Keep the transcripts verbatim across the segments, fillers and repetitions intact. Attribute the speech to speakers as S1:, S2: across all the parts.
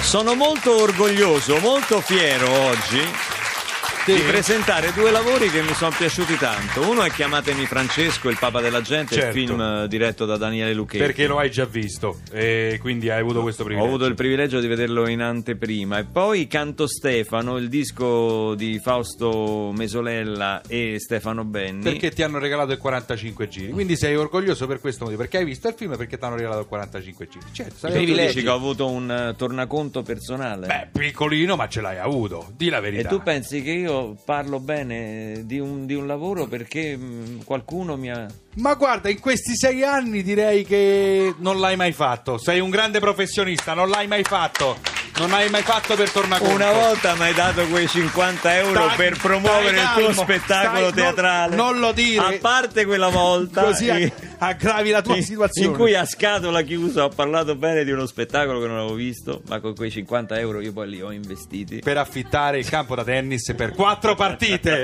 S1: Sono molto orgoglioso, molto fiero oggi
S2: Sì.
S1: di presentare due lavori che mi sono piaciuti tanto. Uno è Chiamatemi Francesco, il Papa della gente,
S2: Certo.
S1: il film eh, diretto da Daniele Lucchetti.
S2: Perché lo hai già visto e quindi hai avuto questo
S1: Ho
S2: privilegio.
S1: avuto il privilegio di vederlo in anteprima. E poi Canto Stefano, il disco di Fausto Mesolella e Stefano Benni.
S2: Perché ti hanno regalato il quarantacinque giri. Quindi sei orgoglioso per questo motivo. Perché hai visto il film e perché ti hanno regalato il quarantacinque giri. Certo,
S1: Tu
S2: sarei
S1: dici
S2: orgoglioso.
S1: che ho avuto un eh, tornaconto personale.
S2: Beh, piccolino, ma ce l'hai avuto. Di la
S1: E
S2: verità.
S1: tu pensi che io parlo bene di un, di un lavoro perché mh, qualcuno mi ha...
S2: Ma guarda, in questi sei anni direi che non l'hai mai fatto. Sei un grande professionista, non l'hai mai fatto. Non hai mai fatto per tornaconto.
S1: Una volta mi hai dato quei cinquanta euro
S2: Stai-
S1: per promuovere
S2: stai
S1: il tuo
S2: calmo,
S1: spettacolo
S2: stai- non-
S1: teatrale.
S2: non lo dire.
S1: A parte quella volta
S2: Così
S1: in-
S2: aggravi la tua
S1: in-
S2: situazione.
S1: in cui a scatola chiusa ho parlato bene di uno spettacolo che non avevo visto, ma con quei cinquanta euro io poi li ho investiti.
S2: Per affittare il campo da tennis per quattro partite.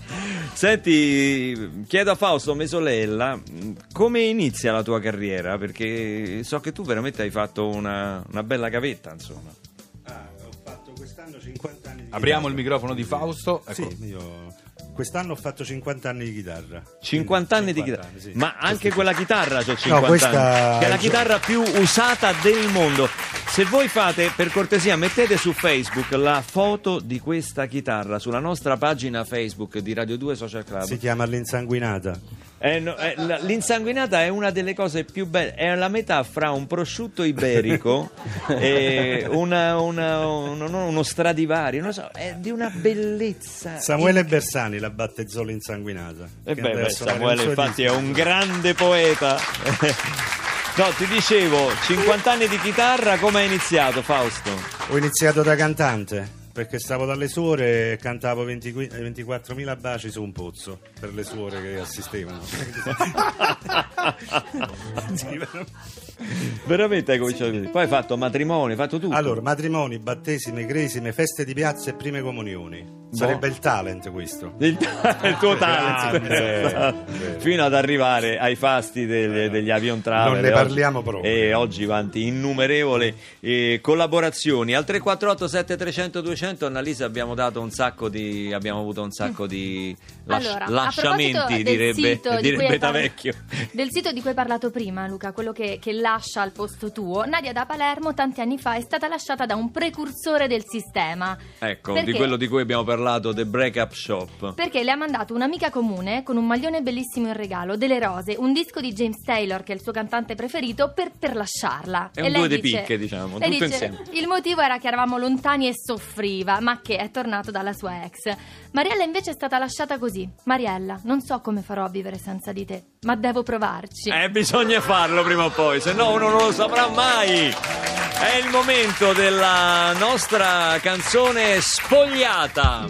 S1: Senti, chiedo a Fausto Mesolella come inizia la tua carriera, perché so che tu veramente hai fatto una, una bella gavetta, insomma.
S3: Ah, ho fatto quest'anno cinquanta anni di
S2: Apriamo il
S3: chitarra.
S2: microfono di Fausto. Ecco.
S3: Sì, io quest'anno ho fatto cinquanta anni di chitarra.
S1: cinquanta anni
S3: Quindi
S1: di chitarra,
S3: cinquanta anni, sì.
S1: ma anche quella chitarra c'ha cinquanta
S3: questa-
S1: anni, che è la chitarra più usata del mondo. Se voi fate, per cortesia, mettete su Facebook la foto di questa chitarra sulla nostra pagina Facebook di Radio due Social Club.
S3: Si chiama l'insanguinata.
S1: Eh, no, eh, la- l'insanguinata è una delle cose più belle, è la metà fra un prosciutto iberico e una, una- uno, no, uno Stradivari, non lo so, è di una bellezza.
S3: Samuele Bersani la battezzò l'insanguinata.
S1: E
S3: che
S1: beh,
S3: andava
S1: beh,
S3: a suonare
S1: Samuele
S3: un suo
S1: infatti
S3: disco.
S1: è un grande poeta. No, ti dicevo, cinquanta anni di chitarra, come hai iniziato, Fausto?
S3: Ho iniziato da cantante. Perché stavo dalle suore e cantavo venti ventiquattromila baci su un pozzo per le suore che assistevano. Sì, veramente.
S1: Veramente hai cominciato così. Poi hai fatto matrimonio, hai fatto tutto.
S3: Allora, matrimoni, battesime, cresime, feste di piazza e prime comunioni. Sarebbe il talent questo.
S1: Il, il tuo talent.
S3: Grande.
S1: Fino ad arrivare ai fasti degli, degli avion travel.
S3: Non ne
S1: E
S3: parliamo
S1: oggi,
S3: proprio.
S1: E oggi vanti innumerevoli eh, collaborazioni. Al tre quattro otto sette trecento duecento, Annalisa, abbiamo dato un sacco di abbiamo avuto un sacco di las-
S4: Allora, a
S1: lasciamenti,
S4: proposito del
S1: direbbe,
S4: sito di cui
S1: direbbe
S4: hai parla-
S1: Tavecchio.
S4: Del sito di cui hai parlato prima, Luca, quello che, che lascia al posto tuo, Nadia da Palermo tanti anni fa è stata lasciata da un precursore del sistema.
S1: Ecco,
S4: Perché?
S1: di quello di cui abbiamo parlato, The Breakup Shop.
S4: Perché le ha mandato un'amica comune con un maglione bellissimo in regalo, delle rose, un disco di James Taylor, che è il suo cantante preferito, per, per lasciarla.
S1: È
S4: E
S1: un
S4: lei
S1: due di
S4: dice-
S1: picche, diciamo,
S4: lei
S1: tutto
S4: dice,
S1: insieme.
S4: il motivo era che eravamo lontani e soffriva, ma che è tornato dalla sua ex. Mariella invece è stata lasciata così. Mariella, non so come farò a vivere senza di te, ma devo provarci.
S1: Eh, bisogna farlo prima o poi, se no uno non lo saprà mai. È il momento della nostra canzone Spogliata.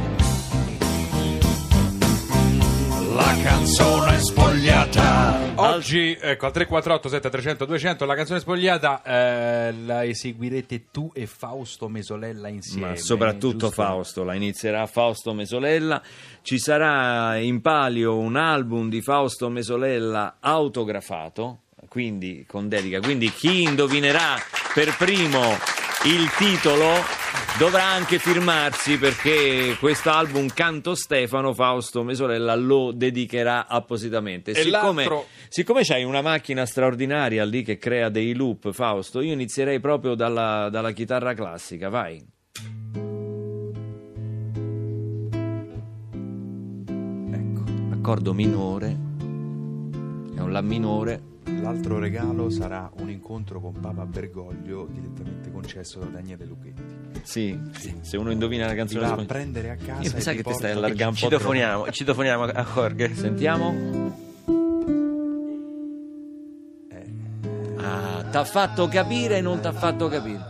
S2: La canzone spogliata. Oggi, ecco, al tre quattro otto sette trecento duecento, la canzone spogliata eh, la eseguirete tu e Fausto Mesolella insieme.
S1: Ma soprattutto
S2: giusto?
S1: Fausto, la inizierà Fausto Mesolella. Ci sarà in palio un album di Fausto Mesolella autografato, quindi con dedica. Quindi chi indovinerà per primo il titolo dovrà anche firmarsi, perché questo album Canto Stefano Fausto Mesolella lo dedicherà appositamente.
S2: E
S1: Siccome,
S2: l'altro-
S1: siccome c'hai una macchina straordinaria lì che crea dei loop, Fausto, io inizierei proprio dalla, dalla chitarra classica, vai. Ecco, accordo minore, è un La minore.
S2: L'altro regalo sarà un incontro con Papa Bergoglio, direttamente concesso da Daniele Lucchetti.
S1: Sì, se uno indovina la
S2: Ti
S1: canzone
S2: va a
S1: spogn-
S2: prendere a casa
S1: Io
S2: e
S1: pensa
S2: ti
S1: che ti
S2: porta-
S1: stai allargando un po'
S5: Citofoniamo, citofoniamo a Jorge.
S1: troppo. Sentiamo. Ah, t'ha fatto capire e non t'ha fatto capire.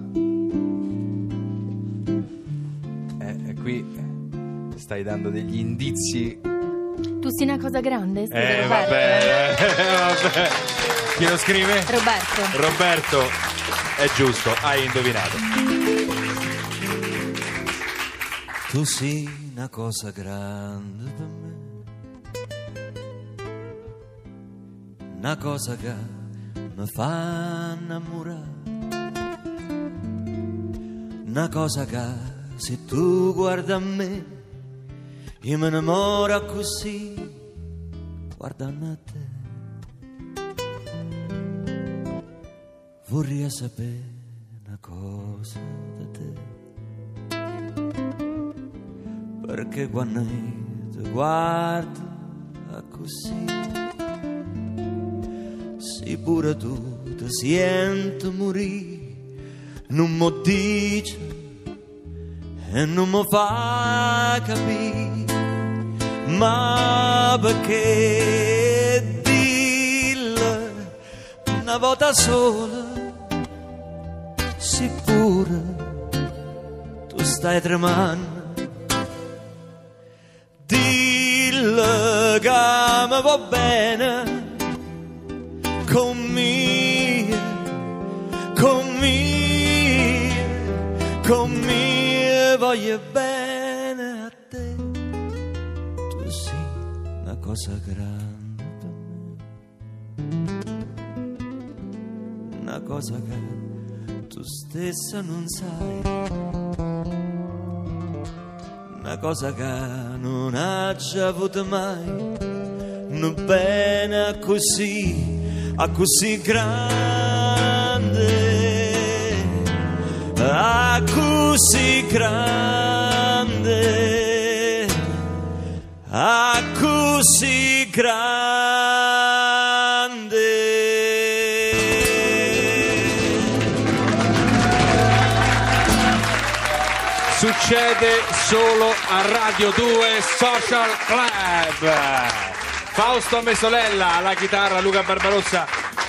S2: Eh, e qui stai dando degli indizi.
S4: Tu sei una cosa grande, scrive
S2: Eh,
S4: Roberto.
S2: vabbè, vabbè. Chi lo scrive?
S4: Roberto.
S2: Roberto, è giusto, hai indovinato.
S6: Tu sei una cosa grande per me, una cosa che mi fa innamorare, una cosa che se tu guarda a me, io me ne innamoro così, guardando a te. Vorrei sapere una cosa da te, perché quando io ti guardo così, sì pure tu ti senti morire, non mi dici e non mi fa capire, ma perché dillo una volta sola, sì pure tu stai tremando, dillo che mi va bene con me, con me, con me voglio bene a te, tu sei una cosa grande per me, una cosa che tu stessa non sai, una cosa che non ha già avuto mai, non bene così, a così grande, a così grande, a così grande.
S2: Succede solo a Radio due Social Club. Fausto Mesolella alla chitarra, Luca Barbarossa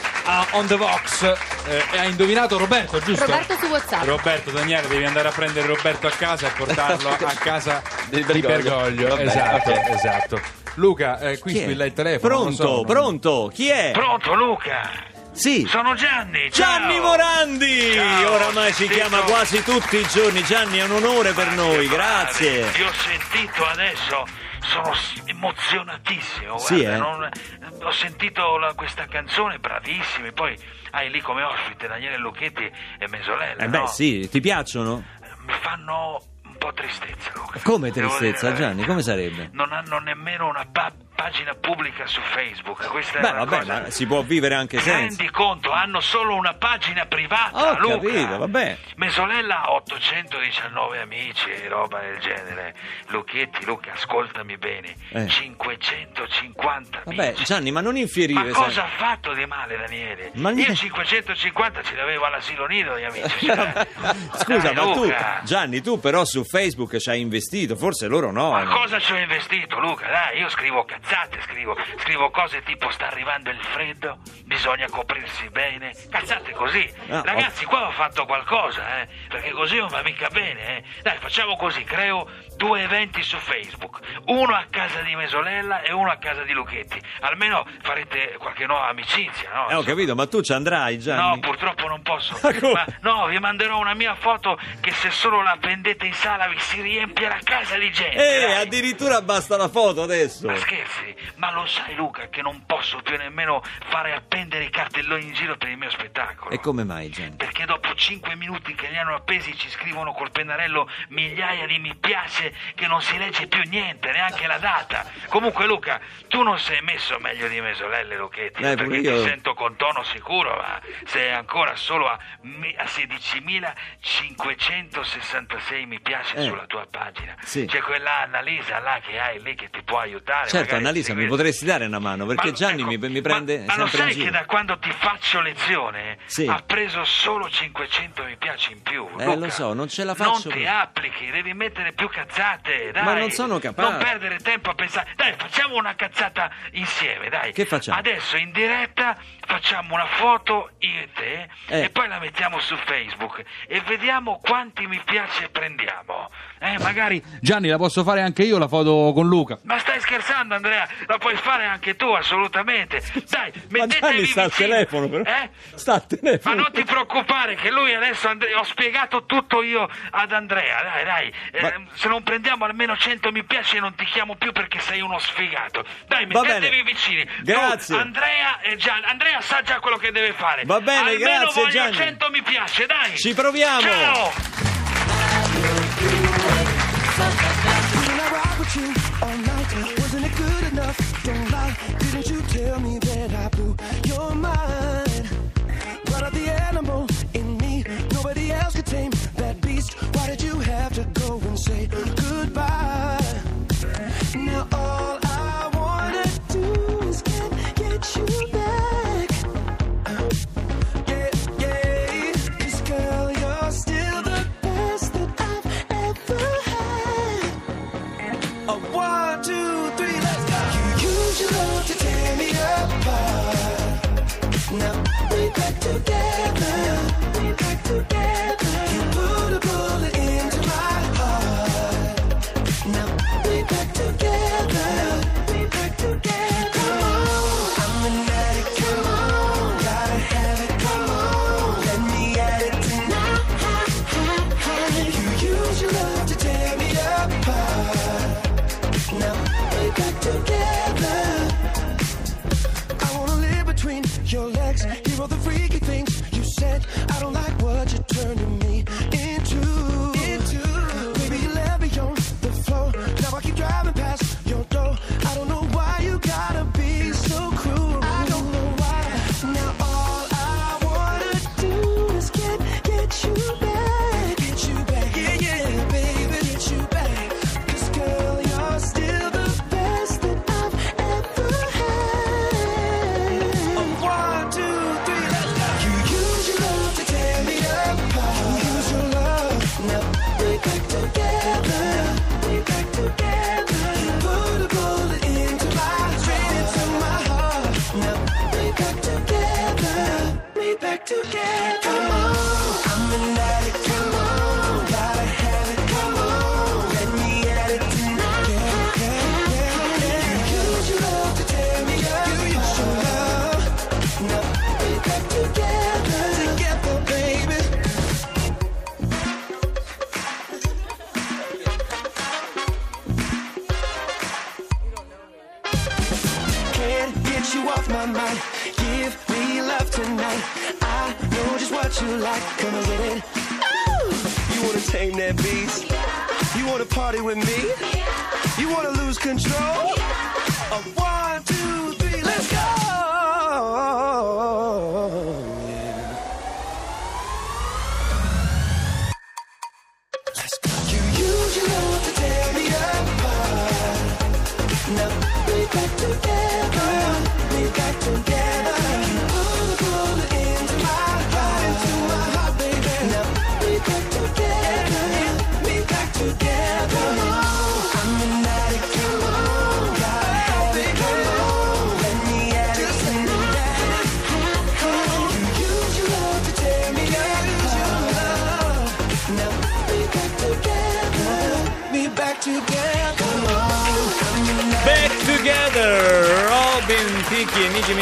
S2: a on the Vox, eh, e ha indovinato Roberto, giusto?
S4: Roberto su WhatsApp.
S2: Roberto Daniele, devi andare a prendere Roberto a casa e portarlo a casa
S1: Di
S2: di
S1: Bergoglio.
S2: Bergoglio.
S1: Vabbè,
S2: Esatto,
S1: ok.
S2: esatto. Luca, eh, qui
S1: Chi è?
S2: squilla il telefono. non lo
S1: Pronto,
S2: so,
S1: pronto, chi è?
S7: Pronto Luca?
S1: Sì.
S7: Sono Gianni.
S1: Gianni
S7: ciao.
S1: Morandi!
S7: Ciao,
S1: Oramai ci
S7: sentito-
S1: chiama quasi tutti i giorni. Gianni, è un onore per noi, grazie.
S7: Ti ho sentito adesso, sono s- emozionatissimo.
S1: Sì,
S7: guarda,
S1: eh?
S7: non- ho sentito la- questa canzone, bravissimi. Poi hai lì come ospite Daniele Lucchetti e Mesolella.
S1: Eh beh,
S7: no?
S1: sì, ti piacciono?
S7: Mi fanno un po' tristezza, Luca.
S1: Come
S7: Devo
S1: tristezza,
S7: dire la
S1: Gianni?
S7: verità.
S1: Come sarebbe?
S7: Non hanno nemmeno una pa- pagina pubblica su Facebook. Questa
S1: Beh,
S7: è una
S1: vabbè,
S7: cosa...
S1: ma si può vivere anche
S7: Ti
S1: senza.
S7: rendi conto? Hanno solo una pagina privata,
S1: Ho
S7: Luca.
S1: capito, vabbè.
S7: Mesolella ha ottocentodiciannove amici e roba del genere. Lucchetti, Luca, ascoltami bene.
S1: Eh.
S7: cinquecentocinquanta
S1: Vabbè,
S7: amici.
S1: Gianni, ma non
S7: Ma
S1: infierire.
S7: cosa
S1: sai.
S7: ha fatto di male, Daniele?
S1: Ma
S7: Io
S1: niente.
S7: cinquecentocinquanta ce l'avevo all'asilo nido di amici. cioè.
S1: Scusa,
S7: Dai,
S1: ma tu,
S7: Luca.
S1: Gianni, tu però su Facebook ci hai investito, forse loro no.
S7: Ma
S1: no?
S7: cosa ci ho investito, Luca? Dai, io scrivo cazzate, scrivo, scrivo cose tipo sta arrivando il freddo, bisogna coprirsi bene, cazzate così.
S1: Ah,
S7: Ragazzi, qua ho fatto qualcosa, eh, perché così non va mica bene, eh. Dai, facciamo così, creo due eventi su Facebook, uno a casa di Mesolella e uno a casa di Lucchetti. Almeno farete qualche nuova amicizia, no?
S1: Eh, ho capito, ma tu ci andrai, Gianni?
S7: No, purtroppo non posso.
S1: Ma come?
S7: Ma no, vi manderò una mia foto che se solo la prendete in sala vi si riempie la casa di gente.
S1: Eh,
S7: dai.
S1: addirittura basta la foto adesso.
S7: Ma scherzi? Ma lo sai, Luca, che non posso più nemmeno fare appendere i cartelloni in giro per il mio spettacolo.
S1: E come mai, Gianni?
S7: Perché dopo cinque minuti che li hanno appesi ci scrivono col pennarello migliaia di mi piace che non si legge più niente, neanche la data. Comunque, Luca, tu non sei messo meglio di Mesolella e Lucchetti,
S1: Eh,
S7: perché
S1: pure io.
S7: ti sento con tono sicuro, ma sei ancora solo a, mi- a sedicimilacinquecentosessantasei mi piace
S1: Eh.
S7: sulla tua pagina.
S1: Sì.
S7: C'è quella Annalisa là che hai lì che ti può aiutare.
S1: Certo,
S7: magari
S1: Annalisa,
S7: seguire-
S1: mi potresti dare una mano, perché
S7: Ma,
S1: Gianni
S7: ecco,
S1: mi, mi prende
S7: ma, ma lo
S1: sempre in
S7: sai
S1: giro.
S7: che da quando ti faccio lezione
S1: Sì.
S7: ha preso solo cinquecento mi piace in più.
S1: Eh,
S7: Luca,
S1: lo so, non ce la
S7: Non
S1: faccio
S7: ti
S1: più.
S7: applichi, devi mettere più cazzate, dai.
S1: Ma non sono capace.
S7: Non perdere tempo a pensare. Dai, facciamo una cazzata insieme, dai.
S1: Che facciamo?
S7: Adesso in diretta facciamo una foto io e te
S1: Eh.
S7: e poi la mettiamo su Facebook e vediamo quanti mi piace prendiamo. Eh, magari.
S2: Gianni, la posso fare anche io la foto con Luca?
S7: Ma stai scherzando, Andrea? La puoi fare anche tu, assolutamente. Dai,
S1: Ma
S7: mettetevi
S1: Gianni sta al
S7: vicini.
S1: telefono, però.
S7: Eh?
S1: Sta al telefono.
S7: Ma non ti preoccupare che lui adesso Andre- ho spiegato tutto io ad Andrea, dai, dai. Eh,
S1: Ma-
S7: se non prendiamo almeno cento mi piace non ti chiamo più perché sei uno sfigato. Dai,
S1: Va
S7: mettetevi
S1: bene.
S7: vicini.
S1: Grazie.
S7: Tu, Andrea e Gian. Andrea sa già quello che deve fare.
S1: Va bene,
S7: almeno
S1: grazie,
S7: voglio
S1: Gianni.
S7: cento mi piace, dai.
S1: Ci proviamo.
S7: Ciao.
S6: Now we back together. We back together. You put a bullet into my heart. Now we back together. We back together. Come on, I'm an addict. Come on, gotta have it. Come on, let me at it tonight. You use your love to tear me apart. Now we back together. I wanna live between your legs. Hear all the freaky things you said. I don't like what you turned to me into. Into. Baby, you left me on the floor. Now I keep driving past your door. I don't know why you gotta be so cruel. I don't know why. Now all I wanna do is get, get you back. Get you back. Yeah, yeah, baby, get you back. 'Cause girl, you're still the best that I've ever had. Oh, one, two, three, let's go. You use your love to tear me apart. You use your love. Now we back together. We back together. You put a bullet into my, straight into my heart. Now we back together. We back together. Come on, I'm an addict. Come on, gotta have it. Come on, let me at it tonight. Yeah, yeah, yeah, yeah. You use your love to tear me up. You use your love. Now we back together. Together, baby. Can't get you off my mind. Give me love tonight. I know just what you like. Come and get it. Ooh. You wanna tame that beast? You wanna party with me? You wanna lose control? A one, two, three, let's go! Let's go. You use your love to tear me apart. Now we back together. We back together. You put a bullet into my heart, into my heart, baby. Now we back together. We back together. Come on, I'm an addict. Come on, gotta have it. Come on, let me at it tonight. Come on, you use your love to tear me apart. Now we back together. We back together. Come on, I'm an addict.
S1: Back Together, Robin Thicke e Nicki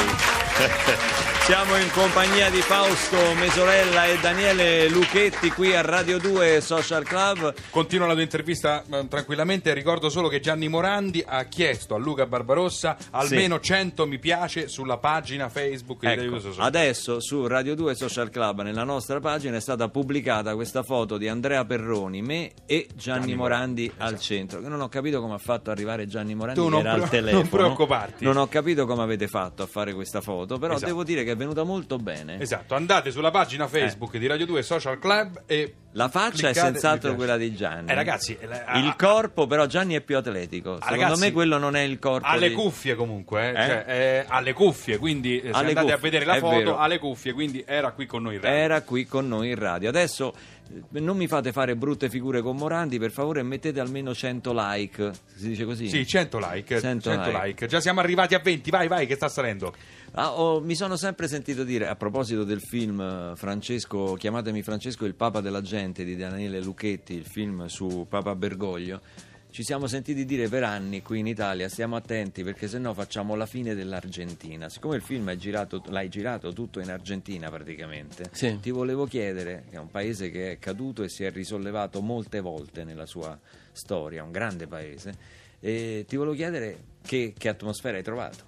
S1: Minaj. Siamo in compagnia di Fausto Mesolella e Daniele Lucchetti qui a Radio due Social Club.
S2: Continua la tua intervista eh, tranquillamente. Ricordo solo che Gianni Morandi ha chiesto a Luca Barbarossa almeno
S1: Sì.
S2: cento mi piace sulla pagina Facebook di Radio due
S1: Ecco,
S2: Social Club.
S1: adesso su Radio due Social Club, nella nostra pagina, è stata pubblicata questa foto di Andrea Perroni, me e Gianni,
S2: Gianni
S1: Morandi,
S2: Morandi,
S1: al
S2: esatto.
S1: centro. Che non ho capito come ha fatto ad arrivare Gianni Morandi,
S2: Tu
S1: che
S2: non
S1: era
S2: pre-
S1: al telefono.
S2: non preoccuparti.
S1: Non ho capito come avete fatto a fare questa foto, però
S2: Esatto.
S1: devo dire che è venuta molto bene.
S2: Esatto, andate sulla pagina Facebook di Radio due Social Club e
S1: La faccia è
S2: cliccate,
S1: senz'altro
S2: mi piace.
S1: quella di Gianni.
S2: Eh, ragazzi, eh,
S1: il
S2: ah,
S1: corpo, però, Gianni è più atletico.
S2: ah,
S1: Secondo
S2: ragazzi,
S1: me quello non è il corpo.
S2: ha le
S1: di-
S2: cuffie comunque, eh?
S1: Eh?
S2: Cioè, eh, ha le cuffie, quindi eh, se
S1: Ha le
S2: andate a
S1: cuffie,
S2: vedere la
S1: è
S2: foto,
S1: vero.
S2: ha le cuffie, quindi era qui con noi in radio.
S1: Era qui con noi in radio. Adesso eh, non mi fate fare brutte figure con Morandi, per favore, mettete almeno cento like. Si dice così?
S2: Sì, cento like,
S1: cento
S2: cento
S1: like.
S2: like. Già siamo arrivati a venti, vai, vai, che sta salendo.
S1: Ah, oh, mi sono sempre sentito dire, a proposito del film eh, Francesco, chiamatemi Francesco, il Papa della gente di Daniele Lucchetti, il film su Papa Bergoglio, ci siamo sentiti dire per anni qui in Italia: stiamo attenti perché sennò facciamo la fine dell'Argentina. Siccome il film è girato, l'hai girato tutto in Argentina praticamente,
S5: Sì.
S1: ti volevo chiedere, che è un paese che è caduto e si è risollevato molte volte nella sua storia, un grande paese, e ti volevo chiedere che, che atmosfera hai trovato.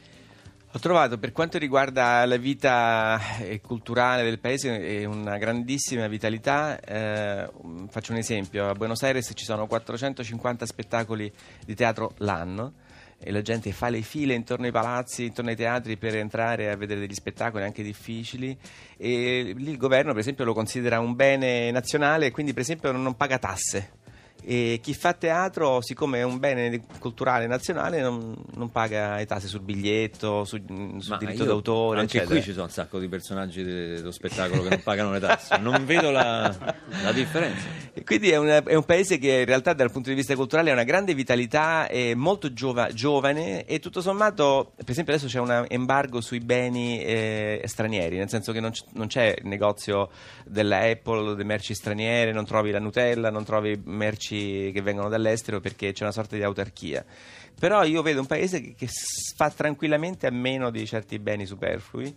S5: Ho trovato, per quanto riguarda la vita eh, culturale del paese, eh, una grandissima vitalità. Eh, faccio un esempio: a Buenos Aires ci sono quattrocentocinquanta spettacoli di teatro l'anno e la gente fa le file intorno ai palazzi, intorno ai teatri per entrare a vedere degli spettacoli anche difficili, e lì il governo per esempio lo considera un bene nazionale e quindi per esempio non paga tasse. E chi fa teatro, siccome è un bene culturale nazionale, non, non paga le tasse sul biglietto, su- sul
S1: Ma
S5: diritto
S1: io-
S5: d'autore,
S1: anche
S5: eccetera.
S1: qui ci sono un sacco di personaggi de- dello spettacolo che non pagano le tasse, non vedo la, la differenza.
S5: E quindi è, una- è un paese che in realtà dal punto di vista culturale ha una grande vitalità, è molto giova- giovane e tutto sommato, per esempio adesso c'è un embargo sui beni eh, stranieri, nel senso che non, c- non c'è il negozio della Apple, delle merci straniere, non trovi la Nutella, non trovi merci che vengono dall'estero perché c'è una sorta di autarchia. Però io vedo un paese che, che s- fa tranquillamente a meno di certi beni superflui,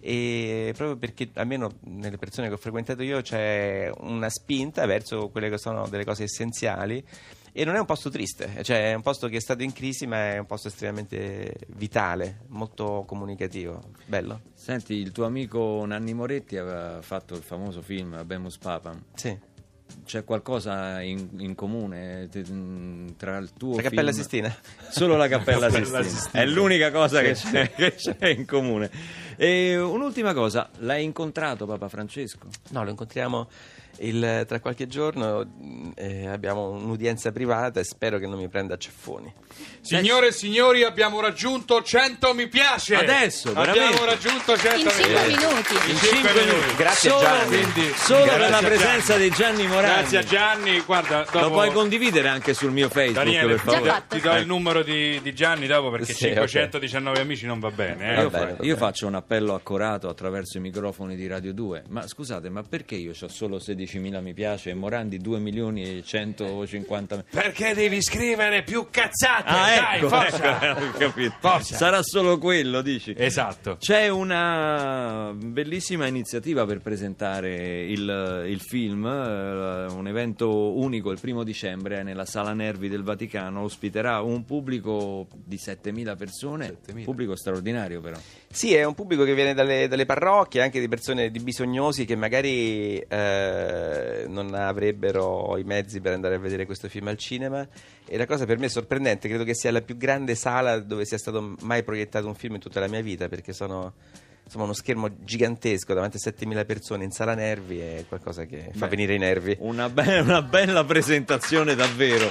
S5: e proprio perché almeno nelle persone che ho frequentato io c'è una spinta verso quelle che sono delle cose essenziali, e non è un posto triste, cioè è un posto che è stato in crisi ma è un posto estremamente vitale, molto comunicativo, bello.
S1: Senti, il tuo amico Nanni Moretti aveva fatto il famoso film Habemus Papam.
S5: Sì.
S1: C'è qualcosa in, in comune te- tra il tuo
S5: La Cappella
S1: film-
S5: Sistina?
S1: Solo la Cappella
S3: Cappella
S1: Sistina.
S3: Sistina.
S1: È l'unica cosa che c'è, che c'è in comune. E un'ultima cosa, l'hai incontrato Papa Francesco?
S5: No, lo incontriamo il- tra qualche giorno, eh, abbiamo un'udienza privata e spero che non mi prenda a ceffoni.
S2: Signore e signori, abbiamo raggiunto cento mi piace.
S1: Adesso, veramente?
S2: abbiamo raggiunto cento
S4: In
S2: mi
S4: cinque
S2: piace.
S4: minuti.
S2: In
S1: In
S2: cinque
S1: cinque
S2: minuti.
S5: Grazie
S1: solo,
S5: Gianni.
S2: Quindi,
S1: solo
S2: grazie
S1: per la
S2: a
S1: presenza
S2: Gianni.
S1: di Gianni Morandi.
S2: Grazie a Gianni. Guarda, dopo...
S1: Lo puoi condividere anche sul mio Facebook,
S2: Daniele,
S1: per
S2: ti,
S1: favore.
S4: Già fatto.
S2: ti do il numero di, di Gianni dopo perché
S5: Sì,
S2: cinquecentodiciannove amici non va bene. Eh?
S1: Io,
S5: Va bene,
S1: fa-
S5: va
S1: io
S5: bene.
S1: faccio un appello accorato attraverso i microfoni di Radio due. Ma scusate, ma perché io ho solo sedicimila mi piace e Morandi due milioni e centocinquanta?
S2: Perché devi scrivere più cazzate?
S1: Ah,
S2: Dai,
S1: ecco,
S2: forza!
S1: ecco, ho capito.
S2: Forza.
S1: Sarà solo quello, dici?
S2: Esatto.
S1: C'è una bellissima iniziativa per presentare il, il film, eh, un evento unico il primo dicembre nella Sala Nervi del Vaticano, ospiterà un pubblico di settemila persone,
S2: settemila.
S1: pubblico straordinario però.
S5: Sì, è un pubblico che viene dalle, dalle parrocchie, anche di persone di bisognosi che magari eh, non avrebbero i mezzi per andare a vedere questo film al cinema. E la cosa per me è sorprendente, credo che sia la più grande sala dove sia stato mai proiettato un film in tutta la mia vita, perché sono insomma uno schermo gigantesco davanti a settemila persone in Sala Nervi, è qualcosa che fa
S1: Beh,
S5: venire i nervi.
S1: Una, be- una bella presentazione davvero.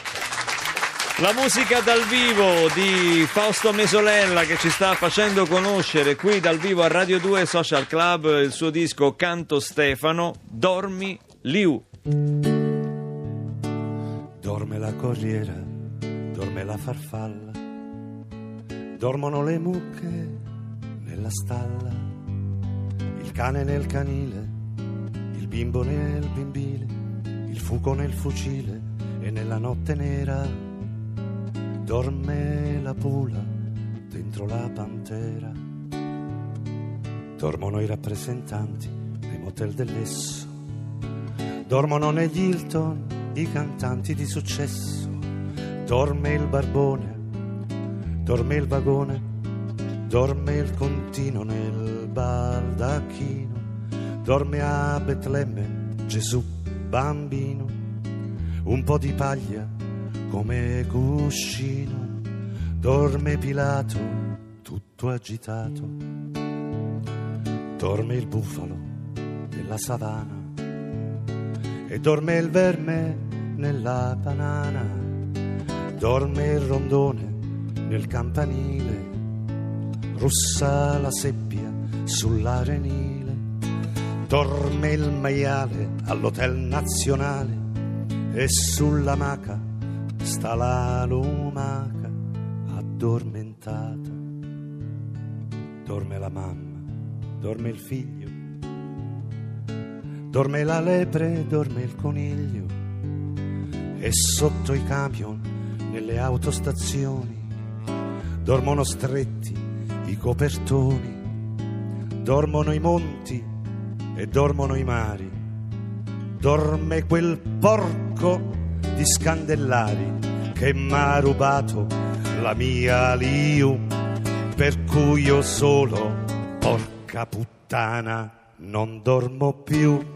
S1: La musica dal vivo di Fausto Mesolella che ci sta facendo conoscere qui dal vivo a Radio due Social Club il suo disco Canto Stefano, Dormi Liu.
S3: Dorme la corriera, dorme la farfalla, dormono le mucche nella stalla, il cane nel canile, il bimbo nel bimbile, il fuoco nel fucile e nella notte nera dorme la pula dentro la pantera. Dormono i rappresentanti nei motel dell'esso, dormono negli Hilton i cantanti di successo, dorme il barbone, dorme il vagone, dorme il contino nel baldacchino, dorme a Betlemme Gesù bambino, un po' di paglia come cuscino, dorme Pilato tutto agitato, dorme il bufalo nella savana e dorme il verme nella banana, dorme il rondone nel campanile, russa la seppia sull'arenile, dorme il maiale all'hotel nazionale e sulla maca sta la lumaca addormentata. Dorme la mamma, dorme il figlio, dorme la lepre, dorme il coniglio, e sotto i camion nelle autostazioni dormono stretti i copertoni, dormono i monti e dormono i mari, dorme quel porco di Scandellari che m'ha rubato la mia Liu, per cui io solo, porca puttana, non dormo più.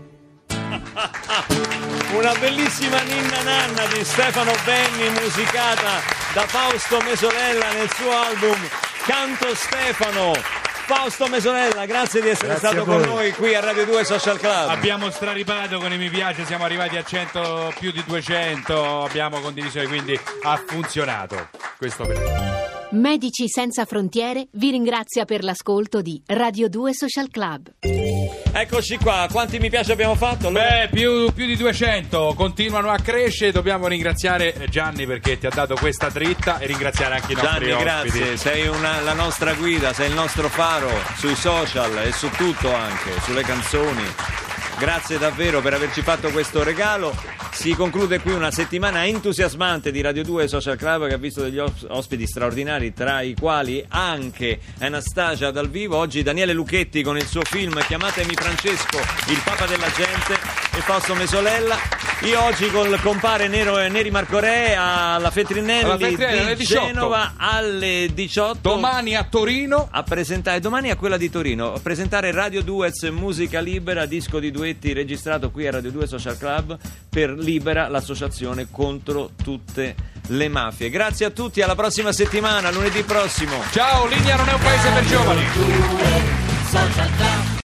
S1: Una bellissima ninna nanna di Stefano Benni musicata da Fausto Mesolella nel suo album Canto Stefano. Fausto Mesolella, grazie di essere
S3: Grazie
S1: stato
S3: a
S1: con
S3: voi.
S1: noi qui a Radio due Social Club.
S2: Abbiamo straripato con i mi piace, siamo arrivati a cento, più di duecento, abbiamo condivisione, quindi ha funzionato questo periodo.
S8: Medici Senza Frontiere vi ringrazia per l'ascolto di Radio due Social Club.
S1: Eccoci qua, quanti mi piace abbiamo fatto? Allora,
S2: Beh, più, più di duecento, continuano a crescere. Dobbiamo ringraziare Gianni perché ti ha dato questa dritta e ringraziare anche i nostri
S1: Gianni,
S2: ospiti.
S1: grazie, sei una- la nostra guida, sei il nostro faro sui social e su tutto anche, sulle canzoni. Grazie davvero per averci fatto questo regalo. Si conclude qui una settimana entusiasmante di Radio due Social Club che ha visto degli os- ospiti straordinari, tra i quali anche Anastasia dal vivo. Oggi Daniele Lucchetti con il suo film Chiamatemi Francesco, il papa della gente, e Fausto Mesolella. Io oggi col compare Nero e Neri Marco Re alla Feltrinelli,
S2: Alla Feltrinelli alle
S1: di
S2: diciotto.
S1: Genova alle diciotto.
S2: Domani a Torino.
S1: A presentare domani a quella di Torino a presentare Radio Duets Musica Libera, disco di duetti registrato qui a Radio due Social Club per Libera, l'associazione contro tutte le mafie. Grazie a tutti, alla prossima settimana, lunedì prossimo.
S2: Ciao, Ligna non è un paese per giovani.
S6: Social Club.